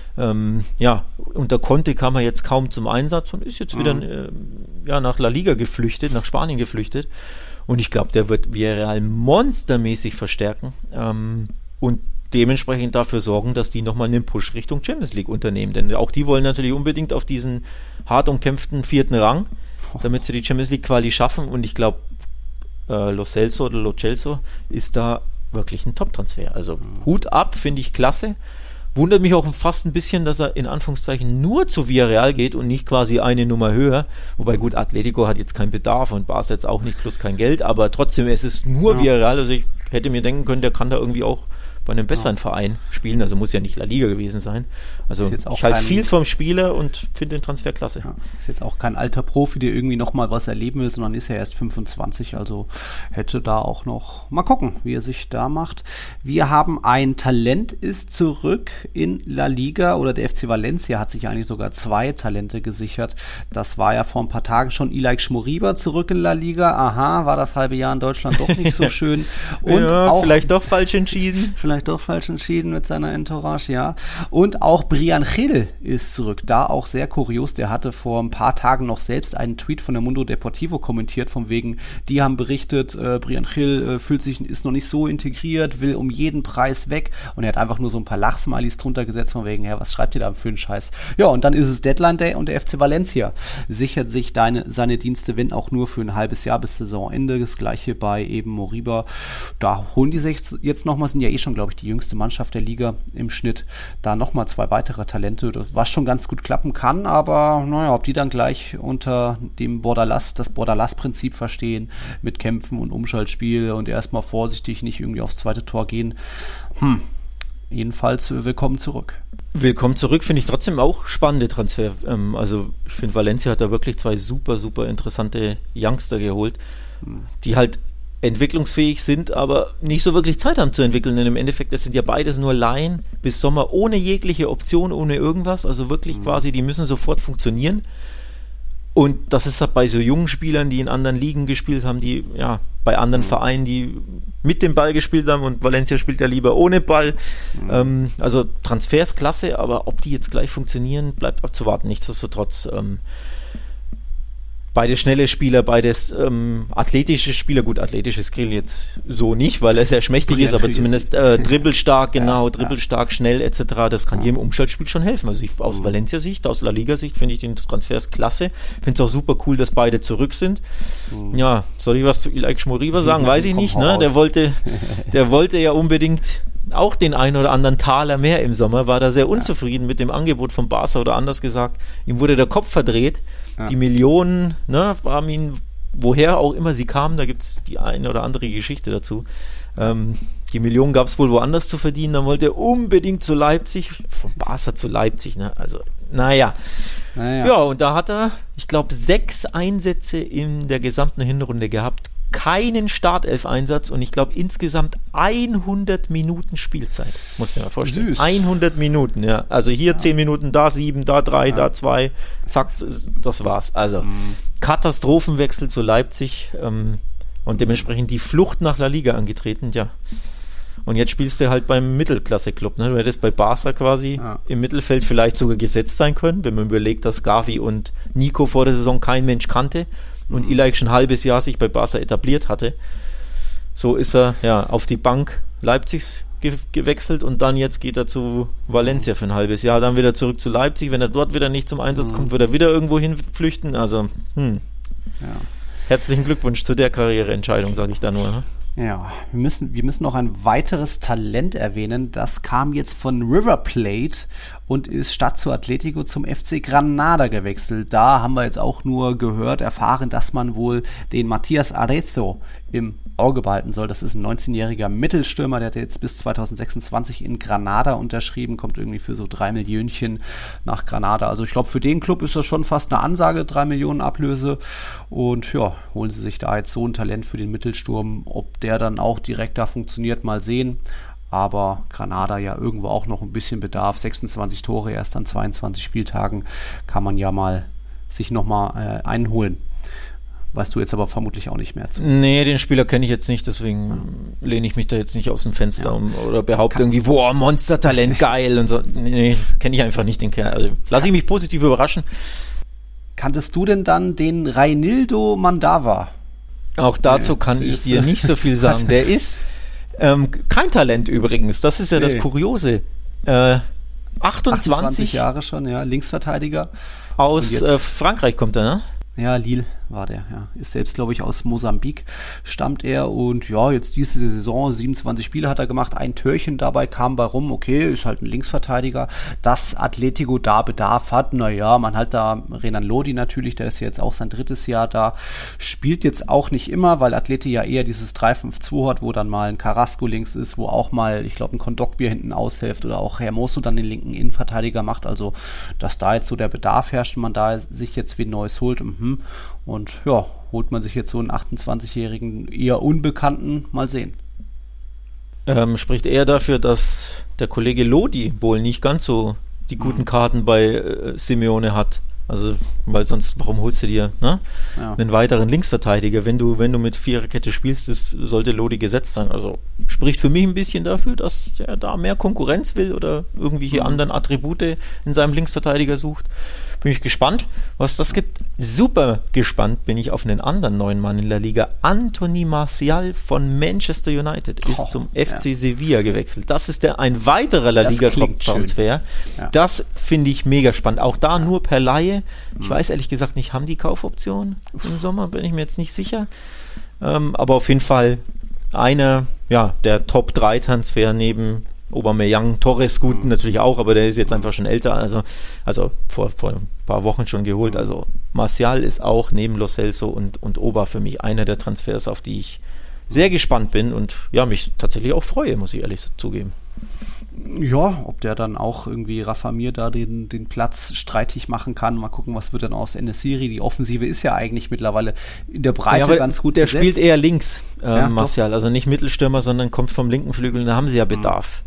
Speaker 2: unter Conte kam er jetzt kaum zum Einsatz und ist jetzt wieder nach La Liga geflüchtet, nach Spanien geflüchtet und ich glaube, der wird Villarreal monstermäßig verstärken und dementsprechend dafür sorgen, dass die nochmal einen Push Richtung Champions League unternehmen, denn auch die wollen natürlich unbedingt auf diesen hart umkämpften 4. Rang, damit sie die Champions League Quali schaffen und ich glaube, Lo Celso ist da wirklich ein Top-Transfer. Also Hut ab, finde ich klasse. Wundert mich auch fast ein bisschen, dass er in Anführungszeichen nur zu Villarreal geht und nicht quasi eine Nummer höher. Wobei gut, Atletico hat jetzt keinen Bedarf und Barca jetzt auch nicht, plus kein Geld, aber trotzdem, es ist nur Villarreal. Also ich hätte mir denken können, der kann da irgendwie auch bei einem besseren Verein spielen, also muss ja nicht La Liga gewesen sein. Also ich halte viel vom Spieler und finde den Transfer klasse.
Speaker 3: Ja, ist jetzt auch kein alter Profi, der irgendwie nochmal was erleben will, sondern ist ja erst 25, also hätte da auch noch, mal gucken, wie er sich da macht. Wir haben ein Talent ist zurück in La Liga oder der FC Valencia hat sich eigentlich sogar 2 Talente gesichert. Das war ja vor ein paar Tagen schon Ilaix Moriba zurück in La Liga. Aha, war das halbe Jahr in Deutschland doch nicht so schön. Und
Speaker 2: ja, auch, vielleicht doch falsch entschieden.
Speaker 3: Vielleicht doch falsch entschieden mit seiner Entourage, ja. Und auch Brian Gil ist zurück. Da auch sehr kurios. Der hatte vor ein paar Tagen noch selbst einen Tweet von der Mundo Deportivo kommentiert, von wegen, die haben berichtet, Brian Gil ist noch nicht so integriert, will um jeden Preis weg. Und er hat einfach nur so ein paar Lachsmilies drunter gesetzt, von wegen, was schreibt ihr da für einen Scheiß? Ja, und dann ist es Deadline Day und der FC Valencia sichert sich seine Dienste, wenn auch nur für ein halbes Jahr bis Saisonende. Das gleiche bei eben Moriba. Da holen die sich jetzt nochmal, sind ja eh schon, glaube ich, die jüngste Mannschaft der Liga im Schnitt, da nochmal 2 weitere Talente, was schon ganz gut klappen kann, aber naja, ob die dann gleich unter dem das Bordalas-Prinzip verstehen, mit Kämpfen und Umschaltspiel und erstmal vorsichtig nicht irgendwie aufs zweite Tor gehen. Jedenfalls willkommen zurück.
Speaker 2: Willkommen zurück, finde ich trotzdem auch spannende Transfer. Also ich finde, Valencia hat da wirklich 2 super interessante Youngster geholt, die halt entwicklungsfähig sind, aber nicht so wirklich Zeit haben zu entwickeln, denn im Endeffekt, das sind ja beides nur Laien bis Sommer, ohne jegliche Option, ohne irgendwas, also wirklich quasi, die müssen sofort funktionieren und das ist halt bei so jungen Spielern, die in anderen Ligen gespielt haben, die ja bei anderen Vereinen, die mit dem Ball gespielt haben und Valencia spielt ja lieber ohne Ball, also Transfers klasse, aber ob die jetzt gleich funktionieren, bleibt abzuwarten, nichtsdestotrotz beide schnelle Spieler, beides athletische Spieler. Gut, athletisches Grill jetzt so nicht, weil er sehr schmächtig ist, aber zumindest dribbelstark, dribbelstark, schnell etc. Das kann jedem Umschaltspiel schon helfen. Also aus Valencia-Sicht, aus La Liga-Sicht finde ich den Transfers klasse. Finde es auch super cool, dass beide zurück sind. Ja, soll ich was zu Ilaix Moriba sagen? Weiß ich nicht. Ne? Der wollte ja unbedingt auch den einen oder anderen Taler mehr im Sommer, war da sehr unzufrieden mit dem Angebot von Barca oder anders gesagt, ihm wurde der Kopf verdreht. Die Millionen haben ihn woher auch immer sie kamen, da gibt es die eine oder andere Geschichte dazu. Die Million gab es wohl woanders zu verdienen, dann wollte er unbedingt zu Leipzig, von Barca zu Leipzig, ne? Also, naja. Ja, und da hat er, ich glaube, 6 Einsätze in der gesamten Hinrunde gehabt, keinen Startelf-Einsatz und ich glaube insgesamt 100 Minuten Spielzeit. Musst du dir mal vorstellen.
Speaker 3: Süß.
Speaker 2: 100 Minuten, ja. Also hier 10 Minuten, da 7, da 3, da 2, zack, das war's. Also Katastrophenwechsel zu Leipzig und dementsprechend die Flucht nach La Liga angetreten, ja. Und jetzt spielst du halt beim Mittelklasse-Club. Ne? Du hättest bei Barca quasi im Mittelfeld vielleicht sogar gesetzt sein können, wenn man überlegt, dass Gavi und Nico vor der Saison kein Mensch kannte und Ilaik schon ein halbes Jahr sich bei Barca etabliert hatte. So ist er auf die Bank Leipzigs gewechselt und dann jetzt geht er zu Valencia für ein halbes Jahr, dann wieder zurück zu Leipzig. Wenn er dort wieder nicht zum Einsatz kommt, wird er wieder irgendwo hin flüchten. Also, herzlichen Glückwunsch zu der Karriereentscheidung, sage ich da nur. Ne?
Speaker 3: Ja, wir müssen noch ein weiteres Talent erwähnen. Das kam jetzt von River Plate und ist statt zu Atletico zum FC Granada gewechselt. Da haben wir jetzt auch nur erfahren, dass man wohl den Matías Arezo im Auge behalten soll. Das ist ein 19-jähriger Mittelstürmer, der hat jetzt bis 2026 in Granada unterschrieben, kommt irgendwie für so 3 Millionchen nach Granada. Also ich glaube, für den Club ist das schon fast eine Ansage, 3 Millionen Ablöse. Und ja, holen sie sich da jetzt so ein Talent für den Mittelsturm. Ob der dann auch direkt da funktioniert, mal sehen. Aber Granada ja irgendwo auch noch ein bisschen Bedarf. 26 Tore erst an 22 Spieltagen kann man ja mal sich nochmal einholen. Weißt du jetzt aber vermutlich auch nicht mehr zu.
Speaker 2: Nee, den Spieler kenne ich jetzt nicht, deswegen lehne ich mich da jetzt nicht aus dem Fenster oder behaupte irgendwie, boah, Monstertalent, geil und so. Nee, kenne ich einfach nicht den Kerl. Also lasse ich mich positiv überraschen.
Speaker 3: Kanntest du denn dann den Reinildo Mandava?
Speaker 2: Auch dazu kann ich dir nicht so viel sagen. Der ist kein Talent übrigens, das ist ja das Kuriose. 28
Speaker 3: Jahre schon, Linksverteidiger.
Speaker 2: Aus Frankreich kommt er, ne?
Speaker 3: Ja, Lille war der, ist selbst, glaube ich, aus Mosambik stammt er und jetzt diese Saison 27 Spiele hat er gemacht, ein Törchen dabei kam bei rum, okay, ist halt ein Linksverteidiger, dass Atletico da Bedarf hat, man hat da Renan Lodi natürlich, der ist jetzt auch sein 3. Jahr da, spielt jetzt auch nicht immer, weil Atleti ja eher dieses 3-5-2 hat, wo dann mal ein Carrasco links ist, wo auch mal, ich glaube, ein Kondogbia hinten aushilft oder auch Hermoso dann den linken Innenverteidiger macht, also dass da jetzt so der Bedarf herrscht, man da sich jetzt wie Neues holt, und holt man sich jetzt so einen 28-jährigen, eher Unbekannten, mal sehen.
Speaker 2: Spricht eher dafür, dass der Kollege Lodi wohl nicht ganz so die guten Karten bei Simeone hat. Also, weil sonst, warum holst du dir einen weiteren Linksverteidiger? Wenn du mit Viererkette spielst, sollte Lodi gesetzt sein. Also spricht für mich ein bisschen dafür, dass er da mehr Konkurrenz will oder irgendwelche anderen Attribute in seinem Linksverteidiger sucht. Bin ich gespannt, was das gibt. Super gespannt bin ich auf einen anderen neuen Mann in der Liga. Anthony Martial von Manchester United ist zum FC Sevilla gewechselt. Das ist ein weiterer La Liga-Transfer. Ja. Das finde ich mega spannend. Auch da nur per Laie. Ich weiß ehrlich gesagt nicht, haben die Kaufoptionen im Sommer? Bin ich mir jetzt nicht sicher. Aber auf jeden Fall einer der Top-3-Transfer neben Aubameyang, Torres gut natürlich auch, aber der ist jetzt einfach schon älter, also vor ein paar Wochen schon geholt. Also Martial ist auch neben Lo Celso und Oba für mich einer der Transfers, auf die ich sehr gespannt bin und mich tatsächlich auch freue, muss ich ehrlich zugeben.
Speaker 3: Ja, ob der dann auch irgendwie Rafa Mir da den Platz streitig machen kann. Mal gucken, was wird dann aus En-Nesyri. Die Offensive ist ja eigentlich mittlerweile in der Breite ganz gut besetzt.
Speaker 2: Der spielt eher links, Martial. Also nicht Mittelstürmer, sondern kommt vom linken Flügel. Da haben sie ja Bedarf.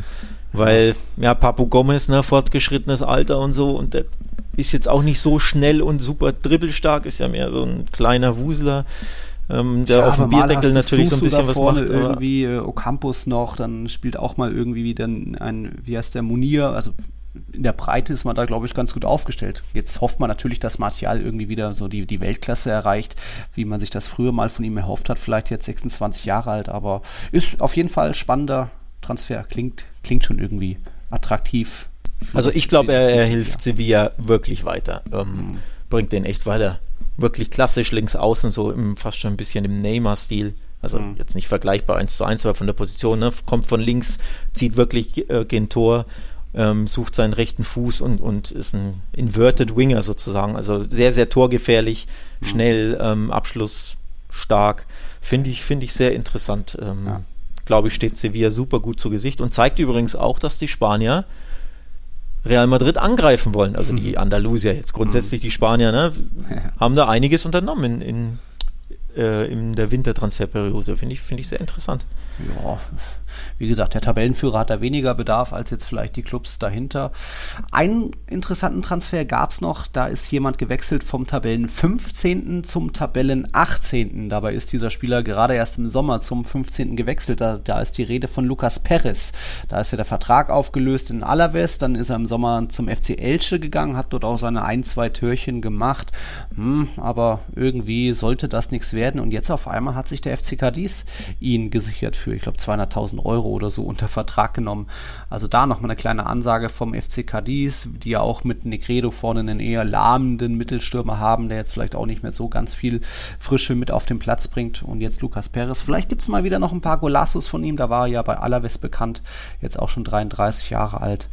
Speaker 2: Weil, Papu Gomez, fortgeschrittenes Alter und so. Und der ist jetzt auch nicht so schnell und super dribbelstark. Ist ja mehr so ein kleiner Wuseler. Der auf dem Bierdeckel natürlich so ein bisschen was macht.
Speaker 3: Irgendwie Ocampos noch, dann spielt auch mal irgendwie wieder wie heißt der, Munir, also in der Breite ist man da, glaube ich, ganz gut aufgestellt. Jetzt hofft man natürlich, dass Martial irgendwie wieder so die Weltklasse erreicht, wie man sich das früher mal von ihm erhofft hat, vielleicht jetzt 26 Jahre alt, aber ist auf jeden Fall spannender Transfer, klingt schon irgendwie attraktiv.
Speaker 2: Also ich glaube, er hilft Sevilla wirklich weiter, bringt den echt weiter. Wirklich klassisch links außen, so fast schon ein bisschen im Neymar-Stil. Also jetzt nicht vergleichbar 1:1, aber von der Position, kommt von links, zieht wirklich gegen Tor sucht seinen rechten Fuß und ist ein Inverted Winger sozusagen, also sehr, sehr torgefährlich, schnell, abschlussstark, finde ich sehr interessant. Glaube ich, steht Sevilla super gut zu Gesicht und zeigt übrigens auch, dass die Spanier Real Madrid angreifen wollen, also die Andalusier jetzt, grundsätzlich die Spanier, ne, haben da einiges unternommen in der Wintertransferperiode, finde ich sehr interessant.
Speaker 3: Ja, wie gesagt, der Tabellenführer hat da weniger Bedarf als jetzt vielleicht die Clubs dahinter. Einen interessanten Transfer gab es noch, da ist jemand gewechselt vom Tabellen 15. zum Tabellen 18. Dabei ist dieser Spieler gerade erst im Sommer zum 15. gewechselt, da ist die Rede von Lucas Perez. Da ist ja der Vertrag aufgelöst in Alaves, dann ist er im Sommer zum FC Elche gegangen, hat dort auch seine 1-2 Türchen gemacht, aber irgendwie sollte das nichts werden und jetzt auf einmal hat sich der FC Cadiz ihn gesichert für, ich glaube, 200.000 Euro oder so unter Vertrag genommen. Also da nochmal eine kleine Ansage vom FC Cadiz, die ja auch mit Negredo vorne einen eher lahmenden Mittelstürmer haben, der jetzt vielleicht auch nicht mehr so ganz viel Frische mit auf den Platz bringt. Und jetzt Lucas Perez. Vielleicht gibt es mal wieder noch ein paar Golazos von ihm. Da war er ja bei Alaves bekannt. Jetzt auch schon 33 Jahre alt.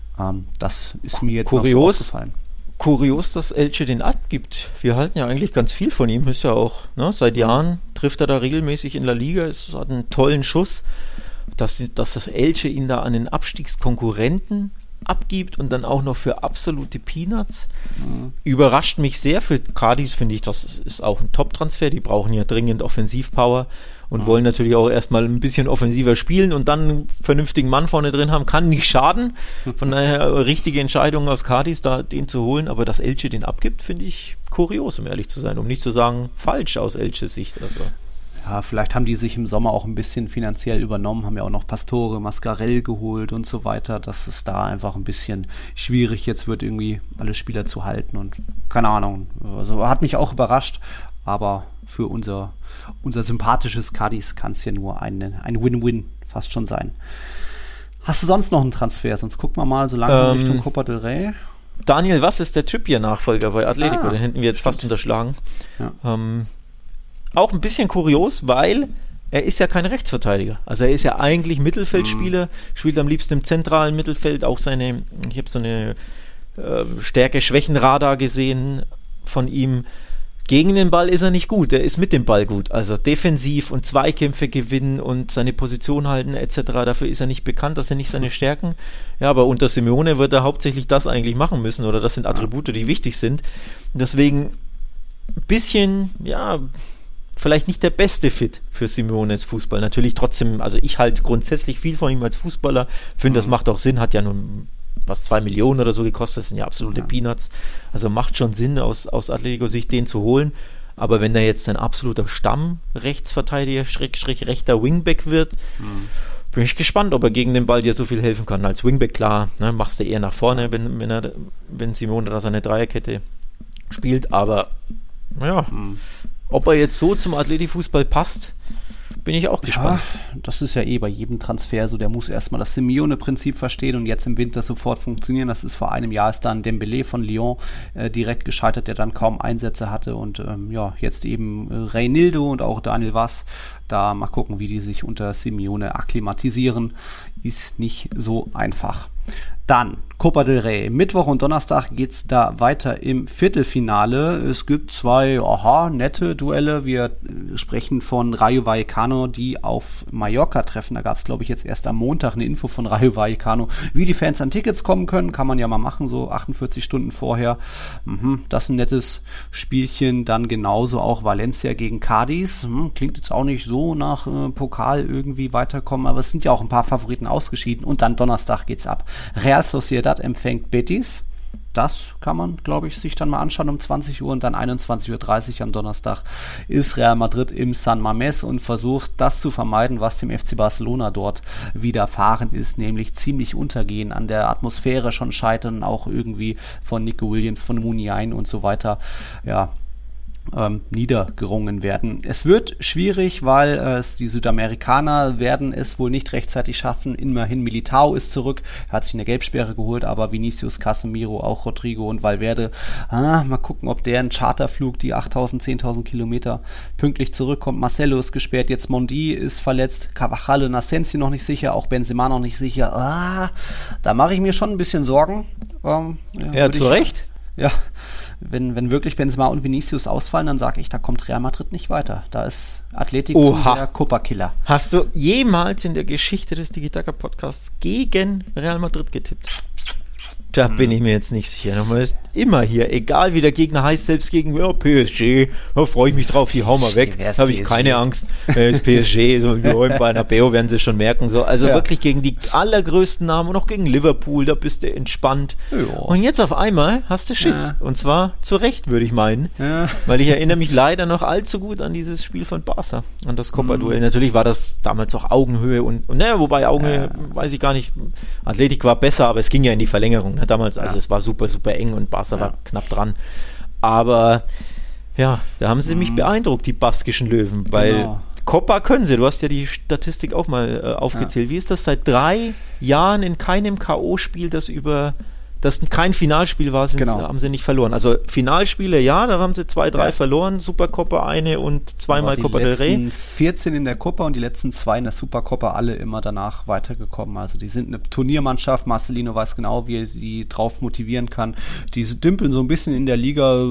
Speaker 3: Das ist mir jetzt noch so aufgefallen.
Speaker 2: Kurios, dass Elche den abgibt. Wir halten ja eigentlich ganz viel von ihm. Ist ja auch, ne, seit Jahren trifft er da regelmäßig in La Liga. Hat einen tollen Schuss. Dass Elche ihn da an den Abstiegskonkurrenten abgibt und dann auch noch für absolute Peanuts. Überrascht mich sehr. Für Cadiz finde ich, das ist auch ein Top-Transfer. Die brauchen ja dringend Offensivpower und wollen natürlich auch erstmal ein bisschen offensiver spielen und dann einen vernünftigen Mann vorne drin haben. Kann nicht schaden. Von daher richtige Entscheidung aus Cadiz, da den zu holen. Aber dass Elche den abgibt, finde ich kurios, um ehrlich zu sein. Um nicht zu sagen, falsch aus Elches Sicht. Also.
Speaker 3: Ja, vielleicht haben die sich im Sommer auch ein bisschen finanziell übernommen, haben ja auch noch Pastore, Mascarell geholt und so weiter, dass es da einfach ein bisschen schwierig jetzt wird, irgendwie alle Spieler zu halten und keine Ahnung. Also hat mich auch überrascht, aber für unser sympathisches Cadiz kann es ja nur ein Win-Win fast schon sein. Hast du sonst noch einen Transfer? Sonst gucken wir mal so langsam Richtung Copa del Rey.
Speaker 2: Daniel, was ist der Trippier-Nachfolger bei Atletico? Den hätten wir jetzt fast unterschlagen. Ja. Auch ein bisschen kurios, weil er ist ja kein Rechtsverteidiger. Also er ist ja eigentlich Mittelfeldspieler, spielt am liebsten im zentralen Mittelfeld. Auch ich habe so eine Stärke-Schwächen-Radar gesehen von ihm. Gegen den Ball ist er nicht gut, er ist mit dem Ball gut. Also defensiv und Zweikämpfe gewinnen und seine Position halten etc. Dafür ist er nicht bekannt, das sind nicht seine Stärken. Ja, aber unter Simeone wird er hauptsächlich das eigentlich machen müssen oder das sind Attribute, die wichtig sind. Deswegen ein bisschen, ja, vielleicht nicht der beste Fit für Simeones Fußball. Natürlich trotzdem, also ich halte grundsätzlich viel von ihm als Fußballer. Finde, das macht auch Sinn, hat ja nun was 2 Millionen oder so gekostet, das sind ja absolute Peanuts. Also macht schon Sinn, aus Atletico-Sicht den zu holen. Aber wenn der jetzt ein absoluter Stamm-Rechtsverteidiger, rechter Wingback wird, bin ich gespannt, ob er gegen den Ball dir so viel helfen kann. Als Wingback, klar, ne, machst du eher nach vorne, wenn Simeone da seine Dreierkette spielt. Aber ja, ob er jetzt so zum Atleti-Fußball passt, bin ich auch gespannt.
Speaker 3: Ja, das ist ja bei jedem Transfer so, der muss erstmal das Simeone-Prinzip verstehen und jetzt im Winter sofort funktionieren. Das ist vor einem Jahr, ist dann Dembélé von Lyon direkt gescheitert, der dann kaum Einsätze hatte und jetzt eben Reinildo und auch Daniel Vaz. Da mal gucken, wie die sich unter Simeone akklimatisieren. Ist nicht so einfach. Dann Copa del Rey. Mittwoch und Donnerstag geht es da weiter im Viertelfinale. Es gibt 2 nette Duelle. Wir sprechen von Rayo Vallecano, die auf Mallorca treffen. Da gab es, glaube ich, jetzt erst am Montag eine Info von Rayo Vallecano, wie die Fans an Tickets kommen können. Kann man ja mal machen, so 48 Stunden vorher. Das ist ein nettes Spielchen. Dann genauso auch Valencia gegen Cadiz. Klingt jetzt auch nicht so nach Pokal irgendwie weiterkommen, aber es sind ja auch ein paar Favoriten ausgeschieden. Und dann Donnerstag geht's ab. Real Sociedad empfängt Betis. Das kann man, glaube ich, sich dann mal anschauen um 20 Uhr und dann 21.30 Uhr am Donnerstag ist Real Madrid im San Mamés und versucht, das zu vermeiden, was dem FC Barcelona dort widerfahren ist, nämlich ziemlich untergehen, an der Atmosphäre schon scheitern, auch irgendwie von Nico Williams, von Muniain und so weiter. Ja, niedergerungen werden. Es wird schwierig, weil die Südamerikaner werden es wohl nicht rechtzeitig schaffen. Immerhin Militao ist zurück, er hat sich eine Gelbsperre geholt, aber Vinicius, Casemiro, auch Rodrigo und Valverde, mal gucken, ob der einen Charterflug, die 8.000, 10.000 Kilometer pünktlich zurückkommt. Marcelo ist gesperrt, jetzt Mondi ist verletzt, Carvajal und Asensio noch nicht sicher, auch Benzema noch nicht sicher. Da mache ich mir schon ein bisschen Sorgen.
Speaker 2: Zu Recht.
Speaker 3: Ja, wenn wirklich Benzema und Vinicius ausfallen, dann sage ich, da kommt Real Madrid nicht weiter. Da ist Athletik zu sehr Copa-Killer.
Speaker 2: Hast du jemals in der Geschichte des Tiki-Taka-Podcasts gegen Real Madrid getippt? Da bin ich mir jetzt nicht sicher. Man ist immer hier, egal wie der Gegner heißt, selbst gegen PSG, da freue ich mich drauf, die hauen wir weg. Habe ich keine Angst. Das PSG, so im Bernabeu werden sie schon merken. So. Also wirklich gegen die allergrößten Namen und auch gegen Liverpool, da bist du entspannt. Ja. Und jetzt auf einmal hast du Schiss. Ja. Und zwar zu Recht, würde ich meinen. Ja. Weil ich erinnere mich leider noch allzu gut an dieses Spiel von Barca, an das Copa-Duell. Natürlich war das damals auch Augenhöhe und wobei Augenhöhe, weiß ich gar nicht, Athletik war besser, aber es ging ja in die Verlängerung. Damals, also es war super, super eng und Barca war knapp dran. Aber ja, da haben sie mich beeindruckt, die baskischen Löwen, weil Copa können sie. Du hast ja die Statistik auch mal aufgezählt. Wie ist das seit 3 Jahren in keinem K.O.-Spiel, das kein Finalspiel war, haben sie nicht verloren. Also Finalspiele, ja, da haben sie 2, 3 verloren, Supercopa eine und zweimal Copa del Rey.
Speaker 3: Die letzten 14 in der Copa und die letzten 2 in der Supercopa, alle immer danach weitergekommen. Also die sind eine Turniermannschaft, Marcelino weiß genau, wie er sie drauf motivieren kann. Die dümpeln so ein bisschen in der Liga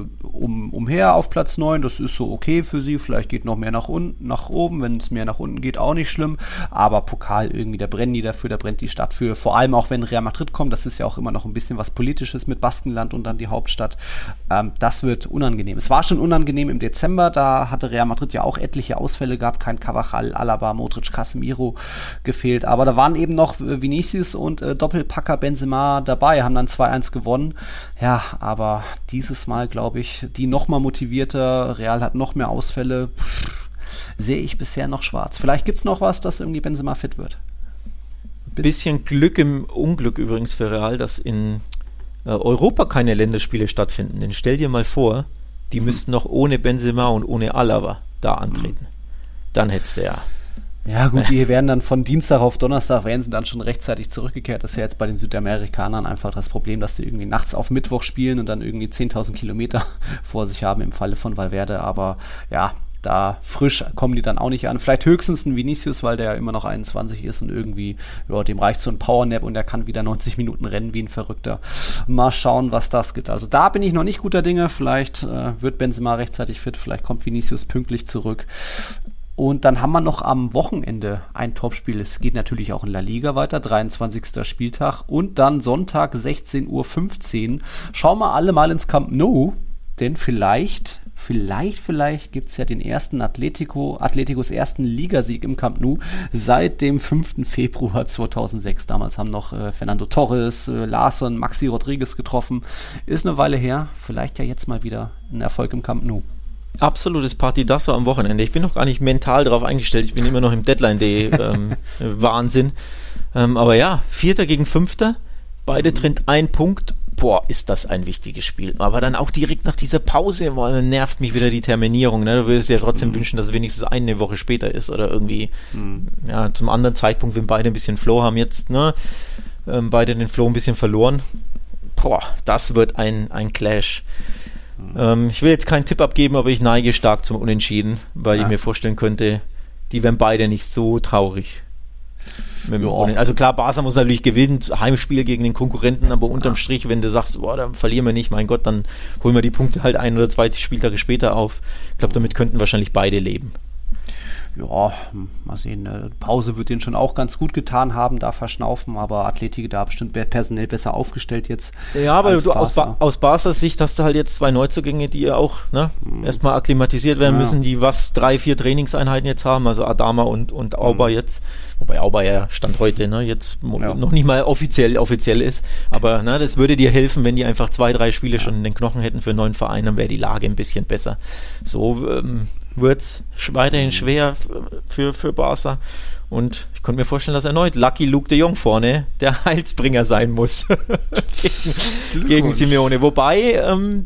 Speaker 3: umher auf Platz 9, das ist so okay für sie, vielleicht geht noch mehr nach oben, wenn es mehr nach unten geht, auch nicht schlimm, aber Pokal irgendwie, da brennen die dafür, da brennt die Stadt für, vor allem auch wenn Real Madrid kommt, das ist ja auch immer noch ein bisschen was Politisches mit Baskenland und dann die Hauptstadt. Das wird unangenehm. Es war schon unangenehm im Dezember, da hatte Real Madrid ja auch etliche Ausfälle gehabt, kein Carvajal, Alaba, Modric, Casemiro gefehlt, aber da waren eben noch Vinicius und Doppelpacker Benzema dabei, haben dann 2-1 gewonnen. Ja, aber dieses Mal, glaube ich, die nochmal motivierter, Real hat noch mehr Ausfälle, sehe ich bisher noch schwarz. Vielleicht gibt es noch was, dass irgendwie Benzema fit wird.
Speaker 2: Bisschen Glück im Unglück übrigens für Real, dass in Europa keine Länderspiele stattfinden. Denn stell dir mal vor, die müssten noch ohne Benzema und ohne Alaba da antreten. Dann hättest du
Speaker 3: Ja gut, die werden dann von Dienstag auf Donnerstag, werden sie dann schon rechtzeitig zurückgekehrt. Das ist ja jetzt bei den Südamerikanern einfach das Problem, dass sie irgendwie nachts auf Mittwoch spielen und dann irgendwie 10.000 Kilometer vor sich haben im Falle von Valverde. Aber ja, da frisch kommen die dann auch nicht an. Vielleicht höchstens ein Vinicius, weil der ja immer noch 21 ist und irgendwie, dem reicht so ein Powernap und der kann wieder 90 Minuten rennen wie ein Verrückter. Mal schauen, was das gibt. Also da bin ich noch nicht guter Dinge. Vielleicht wird Benzema rechtzeitig fit, vielleicht kommt Vinicius pünktlich zurück. Und dann haben wir noch am Wochenende ein Topspiel. Es geht natürlich auch in La Liga weiter, 23. Spieltag. Und dann Sonntag 16.15 Uhr. Schauen wir alle mal ins Camp Nou, denn vielleicht gibt es ja den ersten Atleticos ersten Ligasieg im Camp Nou seit dem 5. Februar 2006. Damals haben noch Fernando Torres, Larsson, Maxi Rodriguez getroffen. Ist eine Weile her. Vielleicht ja jetzt mal wieder ein Erfolg im Camp Nou.
Speaker 2: Absolutes Partidasso am Wochenende. Ich bin noch gar nicht mental darauf eingestellt. Ich bin immer noch im Deadline-Day Wahnsinn. Aber ja, 4. gegen 5. Beide trennt 1 Punkt. Boah, ist das ein wichtiges Spiel. Aber dann auch direkt nach dieser Pause, nervt mich wieder die Terminierung. Ne? Du würdest ja trotzdem wünschen, dass es wenigstens eine Woche später ist oder irgendwie zum anderen Zeitpunkt, wenn beide ein bisschen Flow haben jetzt, beide den Flow ein bisschen verloren. Boah, das wird ein Clash. Ich will jetzt keinen Tipp abgeben, aber ich neige stark zum Unentschieden, weil ich mir vorstellen könnte, die wären beide nicht so traurig. Also klar, Barca muss natürlich gewinnen, Heimspiel gegen den Konkurrenten, aber unterm Strich, wenn du sagst, dann verlieren wir nicht, mein Gott, dann holen wir die Punkte halt 1 oder 2 Spieltage später auf. Ich glaube, damit könnten wahrscheinlich beide leben.
Speaker 3: Ja, mal sehen. Pause wird denen schon auch ganz gut getan haben, da verschnaufen, aber Athletic da bestimmt personell besser aufgestellt jetzt.
Speaker 2: Ja, aber du aus Barcas Sicht hast du halt jetzt 2 Neuzugänge, die ja auch erstmal akklimatisiert werden müssen, die 3, 4 Trainingseinheiten jetzt haben, also Adama und Auba jetzt, wobei Auba ja Stand heute jetzt noch nicht mal offiziell ist, aber das würde dir helfen, wenn die einfach 2, 3 Spiele schon in den Knochen hätten für einen neuen Verein, dann wäre die Lage ein bisschen besser. So wird es weiterhin schwer für Barca. Und ich konnte mir vorstellen, dass erneut Lucky Luke de Jong vorne der Heilsbringer sein muss gegen Simeone. Wobei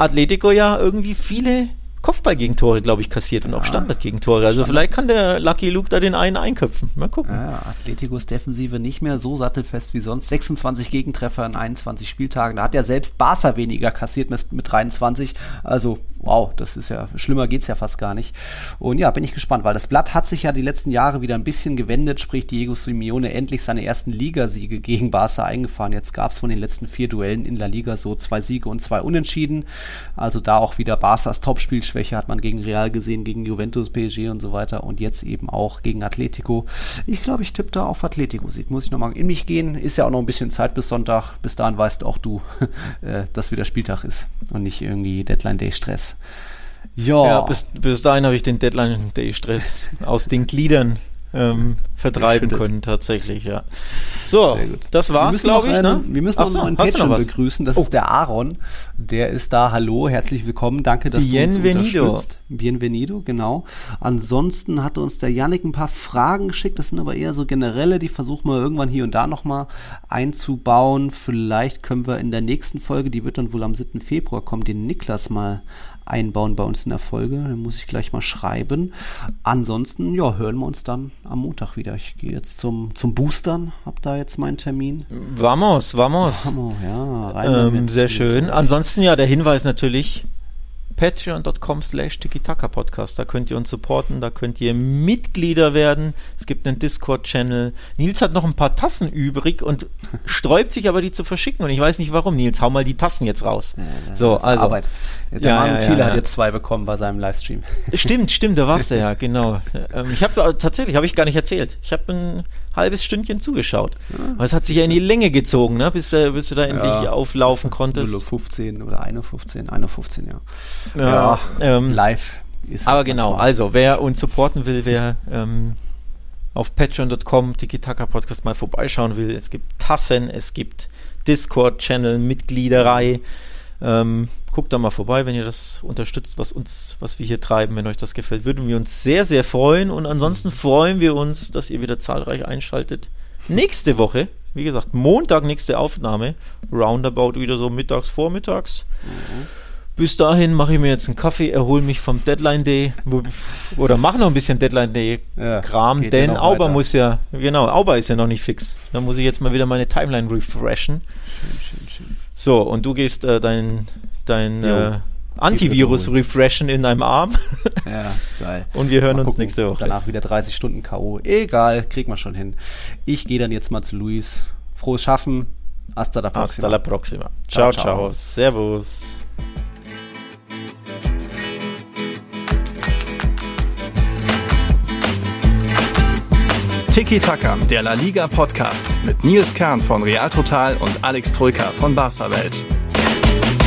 Speaker 2: Atletico ja irgendwie viele Kopfballgegentore, glaube ich, kassiert und auch Standardgegentore. Also vielleicht kann der Lucky Luke da den einen einköpfen. Mal gucken.
Speaker 3: Ja, Atleticos Defensive nicht mehr so sattelfest wie sonst. 26 Gegentreffer in 21 Spieltagen. Da hat ja selbst Barca weniger kassiert mit 23. Also, wow, das ist ja, schlimmer geht's ja fast gar nicht. Und ja, bin ich gespannt, weil das Blatt hat sich ja die letzten Jahre wieder ein bisschen gewendet, sprich Diego Simeone endlich seine ersten Ligasiege gegen Barca eingefahren. Jetzt gab's von den letzten 4 Duellen in La Liga so 2 Siege und 2 Unentschieden. Also da auch wieder Barcas Topspielschwäche hat man gegen Real gesehen, gegen Juventus, PSG und so weiter und jetzt eben auch gegen Atletico. Ich glaube, ich tippe da auf Atletico-Sieg. Muss ich nochmal in mich gehen. Ist ja auch noch ein bisschen Zeit bis Sonntag. Bis dahin weißt auch du, dass wieder Spieltag ist und nicht irgendwie Deadline-Day-Stress.
Speaker 2: Ja, bis dahin habe ich den Deadline-Day-Stress aus den Gliedern vertreiben können, tatsächlich, ja. So, das war's, glaube ich, ne?
Speaker 3: Wir müssen noch einen Patreon begrüßen, das ist der Aaron, der ist da, hallo, herzlich willkommen, danke, dass du uns unterstützt. Bienvenido, genau. Ansonsten hatte uns der Yannick ein paar Fragen geschickt, das sind aber eher so generelle, die versuchen wir irgendwann hier und da nochmal einzubauen, vielleicht können wir in der nächsten Folge, die wird dann wohl am 7. Februar kommen, den Niklas mal einbauen bei uns in der Folge. Den muss ich gleich mal schreiben. Ansonsten, ja, hören wir uns dann am Montag wieder. Ich gehe jetzt zum Boostern, hab da jetzt meinen Termin.
Speaker 2: Vamos, ja.
Speaker 3: Rein damit.
Speaker 2: Sehr schön. Ansonsten, ja, der Hinweis natürlich, patreon.com/Tiki-Taka-Podcast. Da könnt ihr uns supporten, da könnt ihr Mitglieder werden. Es gibt einen Discord-Channel. Nils hat noch ein paar Tassen übrig und sträubt sich aber, die zu verschicken. Und ich weiß nicht warum. Nils, hau mal die Tassen jetzt raus.
Speaker 3: So, also. Arbeit. Der Manu Thiele hat jetzt 2 bekommen bei seinem Livestream.
Speaker 2: Stimmt, da warst du ja, genau. Ich habe tatsächlich, habe ich gar nicht erzählt. Ich habe ein halbes Stündchen zugeschaut. Aber es hat sich ja in die Länge gezogen, ne? bis du da endlich auflaufen konntest.
Speaker 3: 0:15 oder 1:15, ja.
Speaker 2: Ja,
Speaker 3: live ist.
Speaker 2: Aber genau, also wer uns supporten will, wer auf patreon.com Tiki-Taka-Podcast mal vorbeischauen will, es gibt Tassen, es gibt Discord-Channel, Mitgliederei. Guckt da mal vorbei, wenn ihr das unterstützt, was wir hier treiben. Wenn euch das gefällt, würden wir uns sehr, sehr freuen. Und ansonsten freuen wir uns, dass ihr wieder zahlreich einschaltet. Nächste Woche, wie gesagt, Montag nächste Aufnahme. Roundabout wieder so mittags, vormittags. Bis dahin mache ich mir jetzt einen Kaffee, erhole mich vom Deadline Day oder mache noch ein bisschen Deadline Day Kram, denn Auber muss ja, genau, Auber ist ja noch nicht fix. Da muss ich jetzt mal wieder meine Timeline refreshen. Schön. So, und du gehst dein Antivirus refreshen in deinem Arm.
Speaker 3: Ja, geil.
Speaker 2: Und wir hören uns nächste Woche.
Speaker 3: Danach wieder 30 Stunden K.O. Egal, kriegen wir schon hin. Ich gehe dann jetzt mal zu Luis. Frohes Schaffen. Hasta la próxima.
Speaker 2: Ciao. Servus.
Speaker 1: Tiki-Taka, der La Liga Podcast mit Nils Kern von Real Total und Alex Troika von Barca Welt.